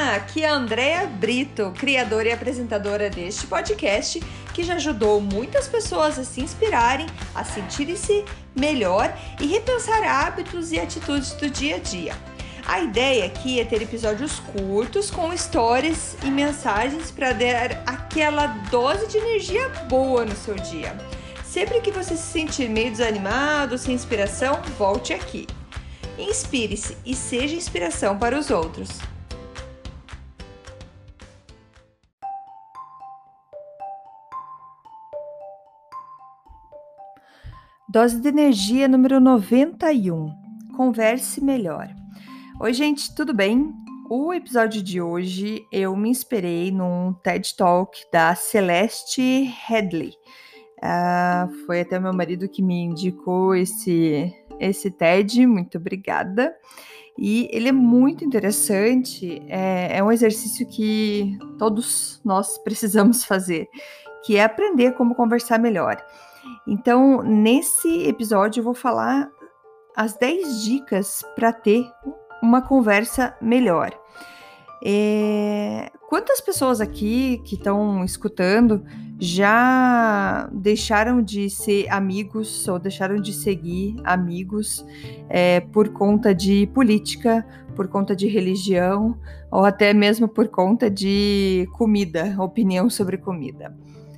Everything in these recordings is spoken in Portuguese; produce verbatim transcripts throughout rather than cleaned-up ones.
Olá, aqui é a Andrea Brito, criadora e apresentadora deste podcast, que já ajudou muitas pessoas a se inspirarem, a sentirem-se melhor e repensar hábitos e atitudes do dia a dia. A ideia aqui é ter episódios curtos com histórias e mensagens para dar aquela dose de energia boa no seu dia. Sempre que você se sentir meio desanimado, sem inspiração, volte aqui. Inspire-se e seja inspiração para os outros. Dose de energia número noventa e um. Converse melhor. Oi, gente, tudo bem? O episódio de hoje eu me inspirei num TED Talk da Celeste Headlee. Uh, foi até meu marido que me indicou esse, esse TED, muito obrigada. E ele é muito interessante, é, é um exercício que todos nós precisamos fazer, que é aprender como conversar melhor. Então, nesse episódio eu vou falar as dez dicas para ter uma conversa melhor. É, quantas pessoas aqui que estão escutando já deixaram de ser amigos ou deixaram de seguir amigos é, por conta de política, por conta de religião ou até mesmo por conta de comida, opinião sobre comida?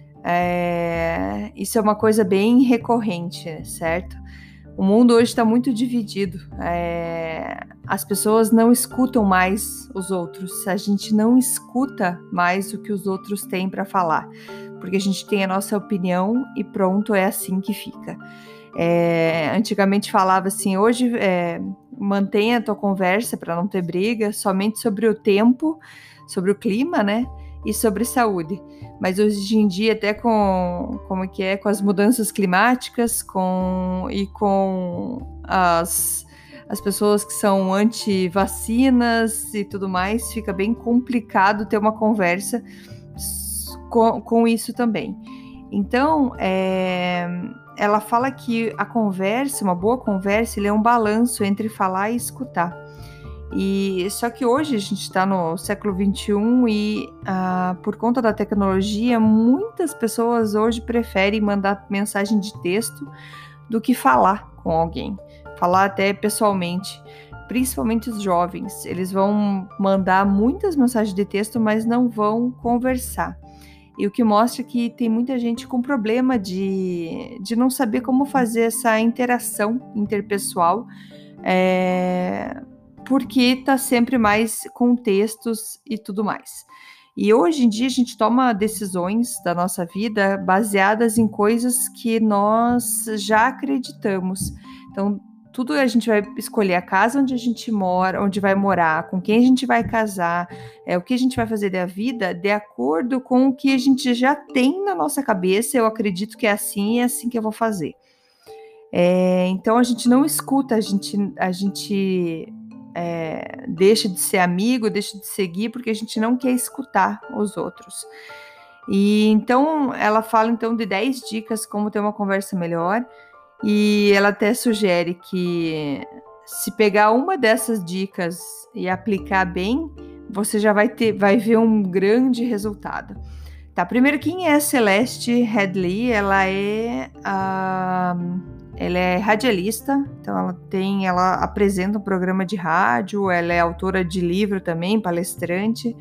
É, isso é uma coisa bem recorrente, certo? O mundo hoje está muito dividido. É, as pessoas não escutam mais os outros. A gente não escuta mais o que os outros têm para falar, porque a gente tem a nossa opinião e pronto, é assim que fica. É, antigamente falava assim, hoje é, mantenha a tua conversa para não ter briga, somente sobre o tempo, sobre o clima, né? E sobre saúde. Mas hoje em dia, até com, como que é, com as mudanças climáticas com, e com as, as pessoas que são anti-vacinas e tudo mais, fica bem complicado ter uma conversa com, com isso também. Então, é, ela fala que a conversa, uma boa conversa, ele é um balanço entre falar e escutar. E só que hoje a gente está no século vinte e um e ah, por conta da tecnologia, muitas pessoas hoje preferem mandar mensagem de texto do que falar com alguém, falar até pessoalmente, principalmente os jovens. Eles vão mandar muitas mensagens de texto, mas não vão conversar. E o que mostra que tem muita gente com problema de, de não saber como fazer essa interação interpessoal, é, porque está sempre mais com textos e tudo mais. E hoje em dia a gente toma decisões da nossa vida baseadas em coisas que nós já acreditamos. Então, tudo a gente vai escolher a casa onde a gente mora, onde vai morar, com quem a gente vai casar, é, o que a gente vai fazer da vida, de acordo com o que a gente já tem na nossa cabeça. Eu acredito que é assim e é assim que eu vou fazer. É, então, a gente não escuta, a gente... A gente É, deixa de ser amigo, deixa de seguir, porque a gente não quer escutar os outros. E então ela fala então de dez dicas como ter uma conversa melhor, e ela até sugere que se pegar uma dessas dicas e aplicar bem, você já vai ter, vai ver um grande resultado. Tá, primeiro, quem é a Celeste Headlee? Ela é a Ela é radialista, então ela tem, ela apresenta um programa de rádio, ela é autora de livro também, palestrante,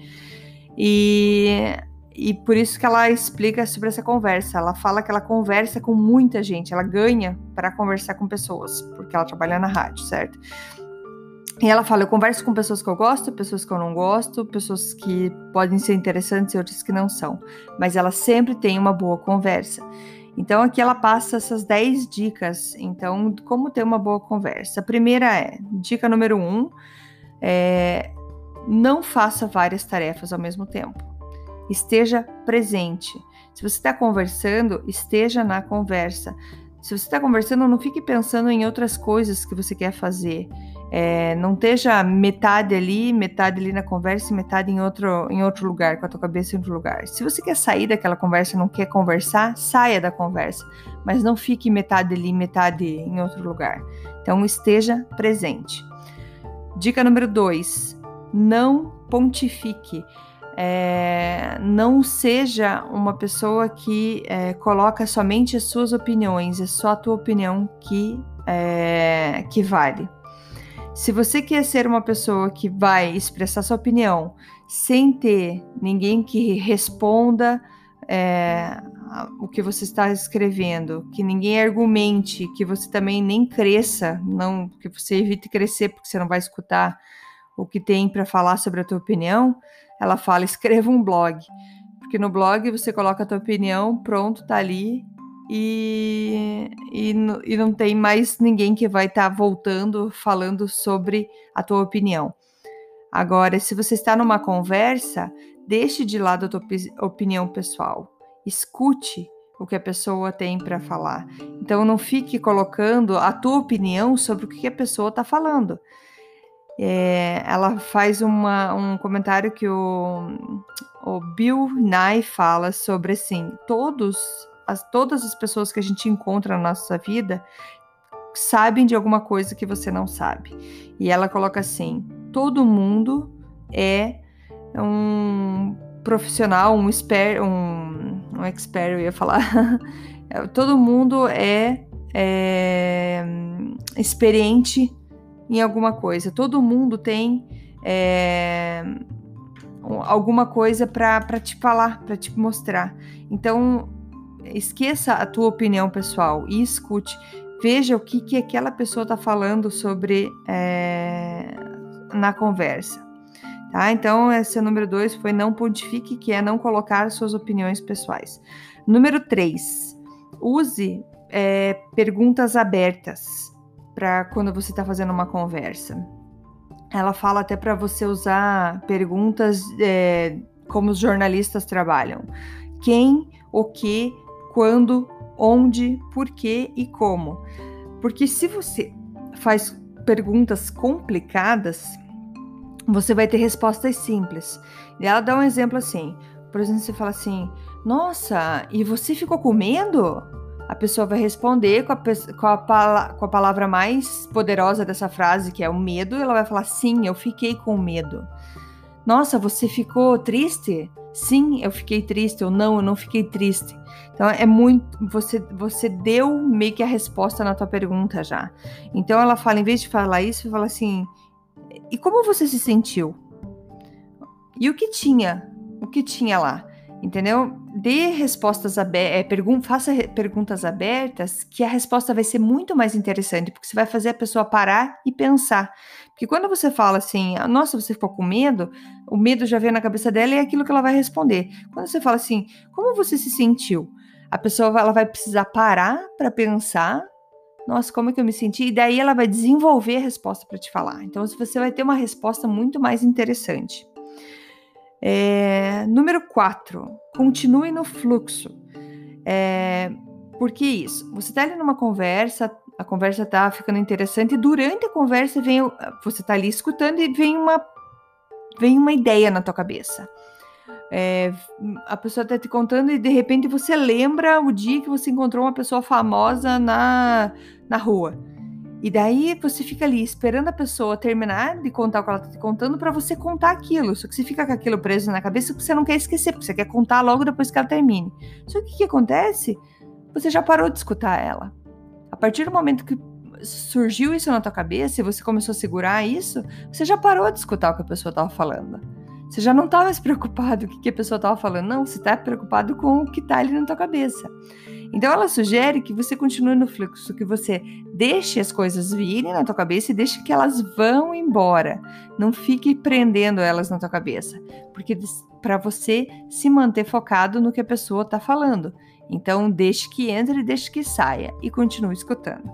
e, e por isso que ela explica sobre essa conversa. Ela fala que ela conversa com muita gente, ela ganha para conversar com pessoas, porque ela trabalha na rádio, certo? E ela fala, eu converso com pessoas que eu gosto, pessoas que eu não gosto, pessoas que podem ser interessantes e outras que não são, mas ela sempre tem uma boa conversa. Então, aqui ela passa essas dez dicas, então, como ter uma boa conversa. A primeira é, dica número um, é, não faça várias tarefas ao mesmo tempo. Esteja presente. Se você está conversando, esteja na conversa. Se você está conversando, não fique pensando em outras coisas que você quer fazer. É, não esteja metade ali, metade ali na conversa e metade em outro, em outro lugar, com a tua cabeça em outro lugar. Se você quer sair daquela conversa e não quer conversar, saia da conversa, mas não fique metade ali, metade em outro lugar. Então, esteja presente. Dica número dois, não pontifique. É, não seja uma pessoa que é, coloca somente as suas opiniões, é só a tua opinião que, é, que vale. Se você quer ser uma pessoa que vai expressar sua opinião sem ter ninguém que responda é, o que você está escrevendo, que ninguém argumente, que você também nem cresça, não, que você evite crescer porque você não vai escutar o que tem para falar sobre a tua opinião, ela fala, escreva um blog, porque no blog você coloca a tua opinião, pronto, tá ali, e, e, e não tem mais ninguém que vai estar tá voltando, falando sobre a tua opinião. Agora, se você está numa conversa, deixe de lado a tua opinião pessoal, escute o que a pessoa tem para falar. Então, não fique colocando a tua opinião sobre o que a pessoa está falando. É, ela faz uma, um comentário que o, o Bill Nye fala sobre assim, todos, as, todas as pessoas que a gente encontra na nossa vida sabem de alguma coisa que você não sabe. E ela coloca assim, todo mundo é um profissional, um expert, um, um expert, eu ia falar, todo mundo é, é experiente em alguma coisa. Todo mundo tem é, alguma coisa para te falar, para te mostrar. Então, esqueça a tua opinião pessoal e escute. Veja o que, que aquela pessoa está falando sobre é, na conversa. Tá? Então, esse número dois foi não pontifique, que é não colocar suas opiniões pessoais. Número três, use é, perguntas abertas para quando você está fazendo uma conversa. Ela fala até para você usar perguntas é, como os jornalistas trabalham. Quem, o que, quando, onde, por quê e como. Porque se você faz perguntas complicadas, você vai ter respostas simples. E ela dá um exemplo assim. Por exemplo, você fala assim, nossa, e você ficou com medo? A pessoa vai responder com a, com, a, com a palavra mais poderosa dessa frase, que é o medo, e ela vai falar, sim, eu fiquei com medo. Nossa, você ficou triste? Sim, eu fiquei triste. Ou não, eu não fiquei triste. Então, é muito... Você, você deu meio que a resposta na tua pergunta já. Então, ela fala, em vez de falar isso, fala assim, e como você se sentiu? E o que tinha? O que tinha lá? Entendeu? Dê respostas abertas, pergun- faça re- perguntas abertas, que a resposta vai ser muito mais interessante, porque você vai fazer a pessoa parar e pensar. Porque quando você fala assim, nossa, você ficou com medo, o medo já veio na cabeça dela e é aquilo que ela vai responder. Quando você fala assim, como você se sentiu? A pessoa ela vai precisar parar para pensar, nossa, como é que eu me senti? E daí ela vai desenvolver a resposta para te falar. Então, você vai ter uma resposta muito mais interessante. É, número quatro, continue no fluxo. É, por que isso? Você está ali numa conversa, a conversa está ficando interessante e durante a conversa vem, você está ali escutando e vem uma, vem uma ideia na tua cabeça. É, a pessoa está te contando e de repente você lembra o dia que você encontrou uma pessoa famosa na, na rua. E daí você fica ali esperando a pessoa terminar de contar o que ela está te contando para você contar aquilo. Só que você fica com aquilo preso na cabeça porque você não quer esquecer, porque você quer contar logo depois que ela termine. Só que o que acontece? Você já parou de escutar ela. A partir do momento que surgiu isso na tua cabeça e você começou a segurar isso, você já parou de escutar o que a pessoa estava falando. Você já não está mais preocupado com o que a pessoa estava falando. Não, você está preocupado com o que está ali na tua cabeça. Então, ela sugere que você continue no fluxo, que você deixe as coisas virem na tua cabeça e deixe que elas vão embora. Não fique prendendo elas na tua cabeça, porque para você se manter focado no que a pessoa está falando. Então, deixe que entre e deixe que saia e continue escutando.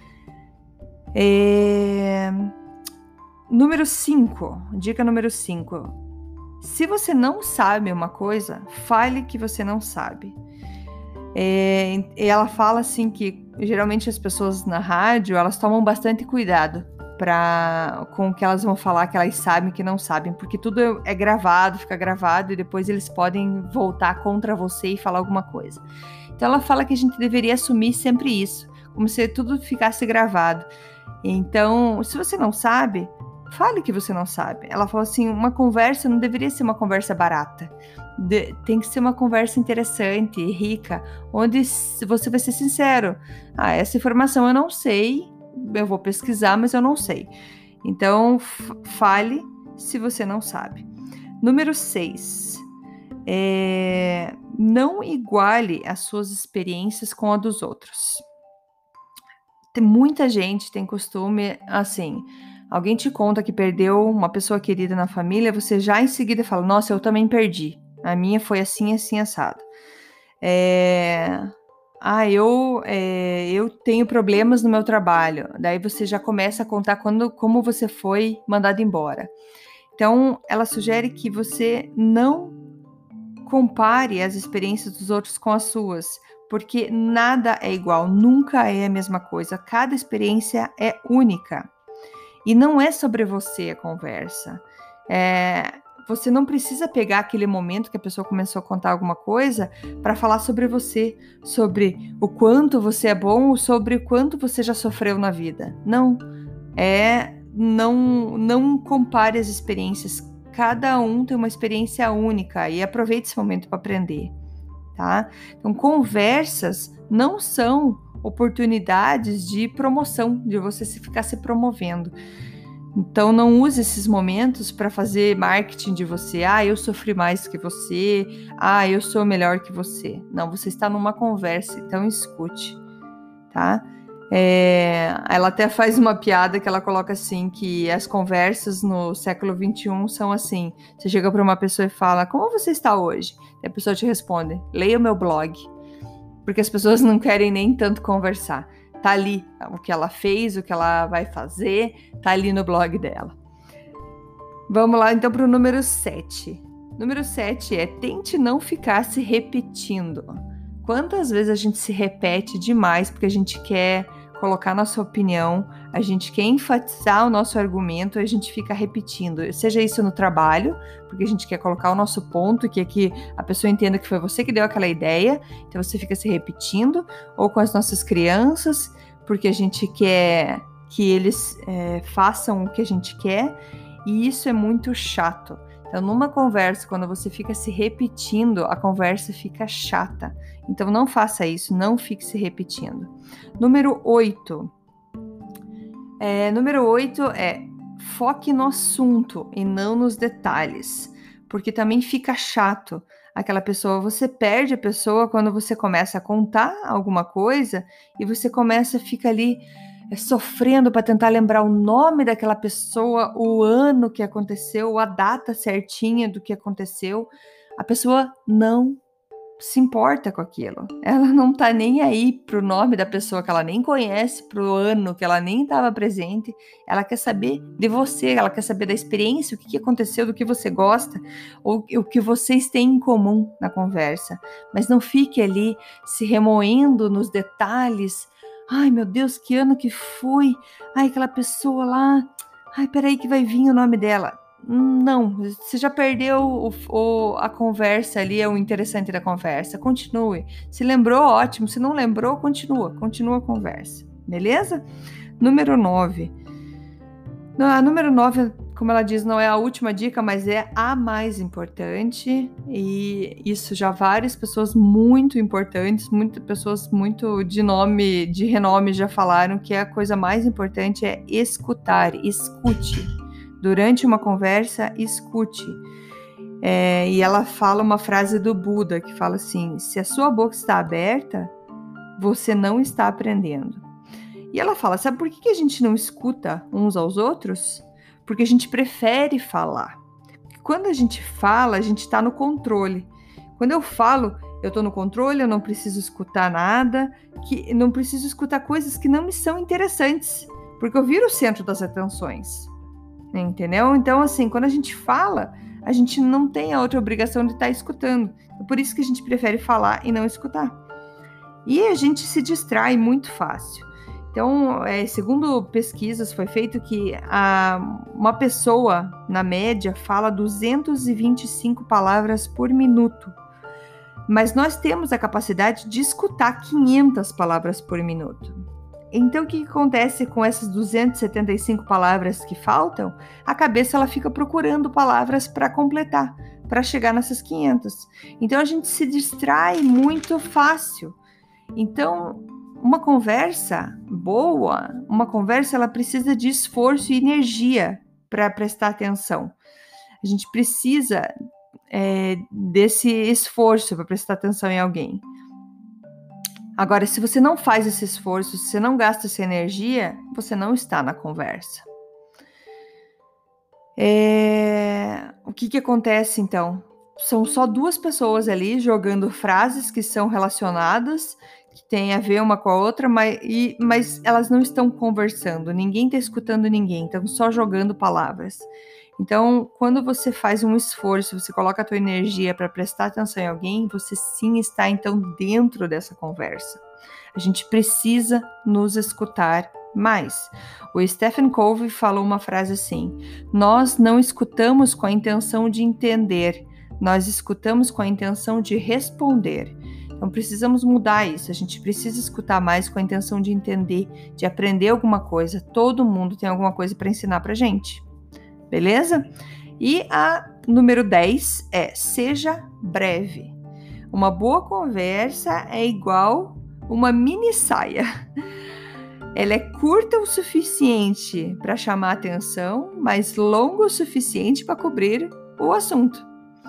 É... Número cinco, dica número cinco. Se você não sabe uma coisa, fale que você não sabe. É, e ela fala assim que geralmente as pessoas na rádio elas tomam bastante cuidado pra, com o que elas vão falar que elas sabem que não sabem, porque tudo é gravado, fica gravado e depois eles podem voltar contra você e falar alguma coisa. Então ela fala que a gente deveria assumir sempre isso, como se tudo ficasse gravado. Então, se você não sabe, fale que você não sabe. Ela falou assim, uma conversa não deveria ser uma conversa barata. De, tem que ser uma conversa interessante, rica, onde você vai ser sincero. Ah, essa informação eu não sei, eu vou pesquisar, mas eu não sei. Então, fale se você não sabe. Número seis. É, não iguale as suas experiências com a dos outros. Tem muita gente tem costume, assim, alguém te conta que perdeu uma pessoa querida na família, você já em seguida fala, nossa, eu também perdi. A minha foi assim, assim, assado. É... Ah, eu, é, eu tenho problemas no meu trabalho. Daí você já começa a contar quando, como você foi mandado embora. Então, ela sugere que você não compare as experiências dos outros com as suas, porque nada é igual, nunca é a mesma coisa. Cada experiência é única. E não é sobre você a conversa. É, você não precisa pegar aquele momento que a pessoa começou a contar alguma coisa para falar sobre você, sobre o quanto você é bom ou sobre o quanto você já sofreu na vida. Não, é, não, não compare as experiências. Cada um tem uma experiência única e aproveite esse momento para aprender, tá? Então, conversas não são oportunidades de promoção, de você se ficar se promovendo. Então, não use esses momentos para fazer marketing de você. Ah, eu sofri mais que você. Ah, eu sou melhor que você. Não, você está numa conversa, então escute, tá? É, ela até faz uma piada que ela coloca assim, que as conversas no século vinte e um são assim, você chega para uma pessoa e fala, como você está hoje? E a pessoa te responde, leia o meu blog, porque as pessoas não querem nem tanto conversar, tá ali o que ela fez, o que ela vai fazer, tá ali no blog dela. Vamos lá então para o número sete. Número sete é, tente não ficar se repetindo. Quantas vezes a gente se repete demais porque a gente quer colocar nossa opinião, a gente quer enfatizar o nosso argumento e a gente fica repetindo, seja isso no trabalho, porque a gente quer colocar o nosso ponto, que é que a pessoa entenda que foi você que deu aquela ideia, então você fica se repetindo, ou com as nossas crianças, porque a gente quer que eles é, façam o que a gente quer, e isso é muito chato. Então, numa conversa, quando você fica se repetindo, a conversa fica chata. Então, não faça isso, não fique se repetindo. Número oito. É, número oito é foque no assunto e não nos detalhes, porque também fica chato aquela pessoa. Você perde a pessoa quando você começa a contar alguma coisa e você começa a ficar ali é, sofrendo para tentar lembrar o nome daquela pessoa, o ano que aconteceu, a data certinha do que aconteceu. A pessoa não se importa com aquilo. Ela não tá nem aí pro nome da pessoa que ela nem conhece, pro ano que ela nem estava presente. Ela quer saber de você, ela quer saber da experiência, o que aconteceu, do que você gosta, ou o que vocês têm em comum na conversa. Mas não fique ali se remoendo nos detalhes. Ai, meu Deus, que ano que foi? Ai, aquela pessoa lá. Ai, peraí que vai vir o nome dela. Não, você já perdeu o, o, a conversa ali, é o interessante da conversa. Continue. Se lembrou, ótimo. Se não lembrou, continua. Continua a conversa. Beleza? Número nove. A número nove, como ela diz, não é a última dica, mas é a mais importante. E isso já várias pessoas muito importantes, muitas pessoas muito de nome, de renome já falaram que a coisa mais importante é escutar. Escute. Durante uma conversa, escute. É, e ela fala uma frase do Buda, que fala assim, se a sua boca está aberta, você não está aprendendo. E ela fala, sabe por que a gente não escuta uns aos outros? Porque a gente prefere falar. Porque quando a gente fala, a gente está no controle. Quando eu falo, eu estou no controle, eu não preciso escutar nada, que, não preciso escutar coisas que não me são interessantes, porque eu viro o centro das atenções. Entendeu? Então, assim, quando a gente fala, a gente não tem a outra obrigação de estar escutando. É por isso que a gente prefere falar e não escutar. E a gente se distrai muito fácil. Então, é, segundo pesquisas, foi feito que a, uma pessoa, na média, fala duzentas e vinte e cinco palavras por minuto. Mas nós temos a capacidade de escutar quinhentas palavras por minuto. Então, o que acontece com essas duzentas e setenta e cinco palavras que faltam? A cabeça ela fica procurando palavras para completar, para chegar nessas quinhentas. Então, a gente se distrai muito fácil. Então, uma conversa boa, uma conversa, ela precisa de esforço e energia para prestar atenção. A gente precisa é, desse esforço para prestar atenção em alguém. Agora, se você não faz esse esforço, se você não gasta essa energia, você não está na conversa. É... O que que acontece, então? São só duas pessoas ali jogando frases que são relacionadas, que têm a ver uma com a outra, mas, e, mas elas não estão conversando, ninguém está escutando ninguém, estão só jogando palavras. Então, quando você faz um esforço, você coloca a tua energia para prestar atenção em alguém, você sim está, então, dentro dessa conversa. A gente precisa nos escutar mais. O Stephen Covey falou uma frase assim: nós não escutamos com a intenção de entender, nós escutamos com a intenção de responder. Então, precisamos mudar isso. A gente precisa escutar mais com a intenção de entender, de aprender alguma coisa. Todo mundo tem alguma coisa para ensinar para gente. Beleza? E a número dez é: seja breve. Uma boa conversa é igual uma mini saia. Ela é curta o suficiente para chamar atenção, mas longa o suficiente para cobrir o assunto.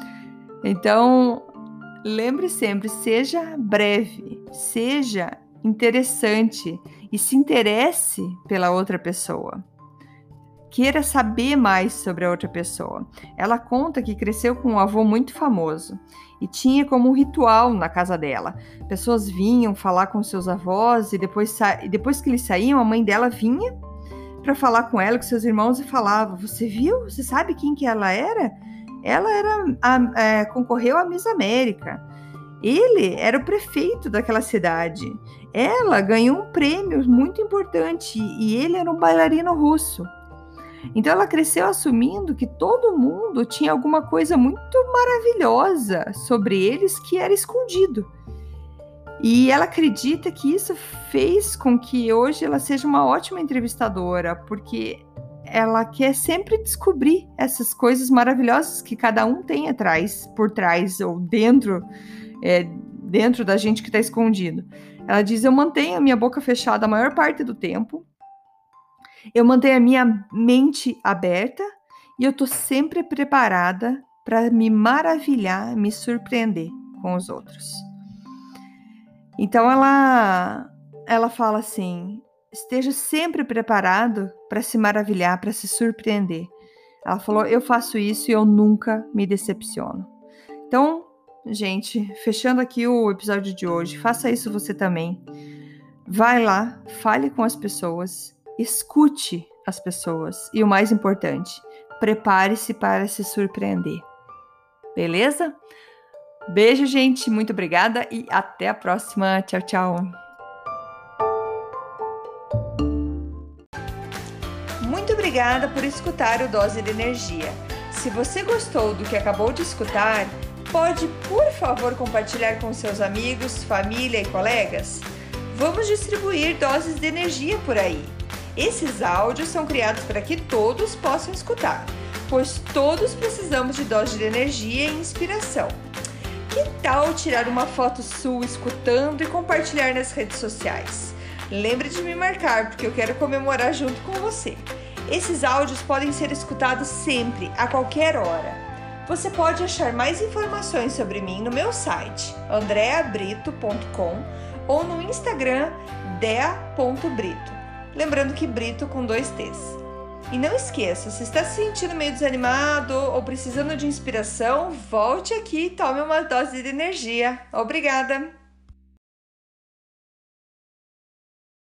Então, lembre sempre, seja breve, seja interessante e se interesse pela outra pessoa. Queira saber mais sobre a outra pessoa. Ela conta que cresceu com um avô muito famoso e tinha como um ritual na casa dela. Pessoas vinham falar com seus avós e depois, sa- e depois que eles saíam, a mãe dela vinha para falar com ela, com seus irmãos e falava: você viu? Você sabe quem que ela era? Ela era a, é, concorreu à Miss América. Ele era o prefeito daquela cidade. Ela ganhou um prêmio muito importante e ele era um bailarino russo. Então ela cresceu assumindo que todo mundo tinha alguma coisa muito maravilhosa sobre eles que era escondido. E ela acredita que isso fez com que hoje ela seja uma ótima entrevistadora, porque ela quer sempre descobrir essas coisas maravilhosas que cada um tem atrás, por trás ou dentro, é, dentro da gente que está escondido. Ela diz: eu mantenho a minha boca fechada a maior parte do tempo, eu mantenho a minha mente aberta e eu tô sempre preparada para me maravilhar, me surpreender com os outros. Então ela, ela fala assim: esteja sempre preparado para se maravilhar, para se surpreender. Ela falou: eu faço isso e eu nunca me decepciono. Então, gente, fechando aqui o episódio de hoje, faça isso você também. Vai lá, fale com as pessoas, escute as pessoas e o mais importante, prepare-se para se surpreender. Beleza? Beijo, gente, muito obrigada e até a próxima. Tchau, tchau. Muito obrigada por escutar o Dose de Energia. Se você gostou do que acabou de escutar, pode, por favor, compartilhar com seus amigos, família e colegas? Vamos distribuir doses de energia por aí. Esses áudios são criados para que todos possam escutar, pois todos precisamos de doses de energia e inspiração. Que tal tirar uma foto sua escutando e compartilhar nas redes sociais? Lembre de me marcar, porque eu quero comemorar junto com você. Esses áudios podem ser escutados sempre, a qualquer hora. Você pode achar mais informações sobre mim no meu site, andrea brito ponto com, ou no Instagram, dea ponto brito. Lembrando que Brito com dois T's. E não esqueça, se está se sentindo meio desanimado ou precisando de inspiração, volte aqui e tome uma dose de energia. Obrigada!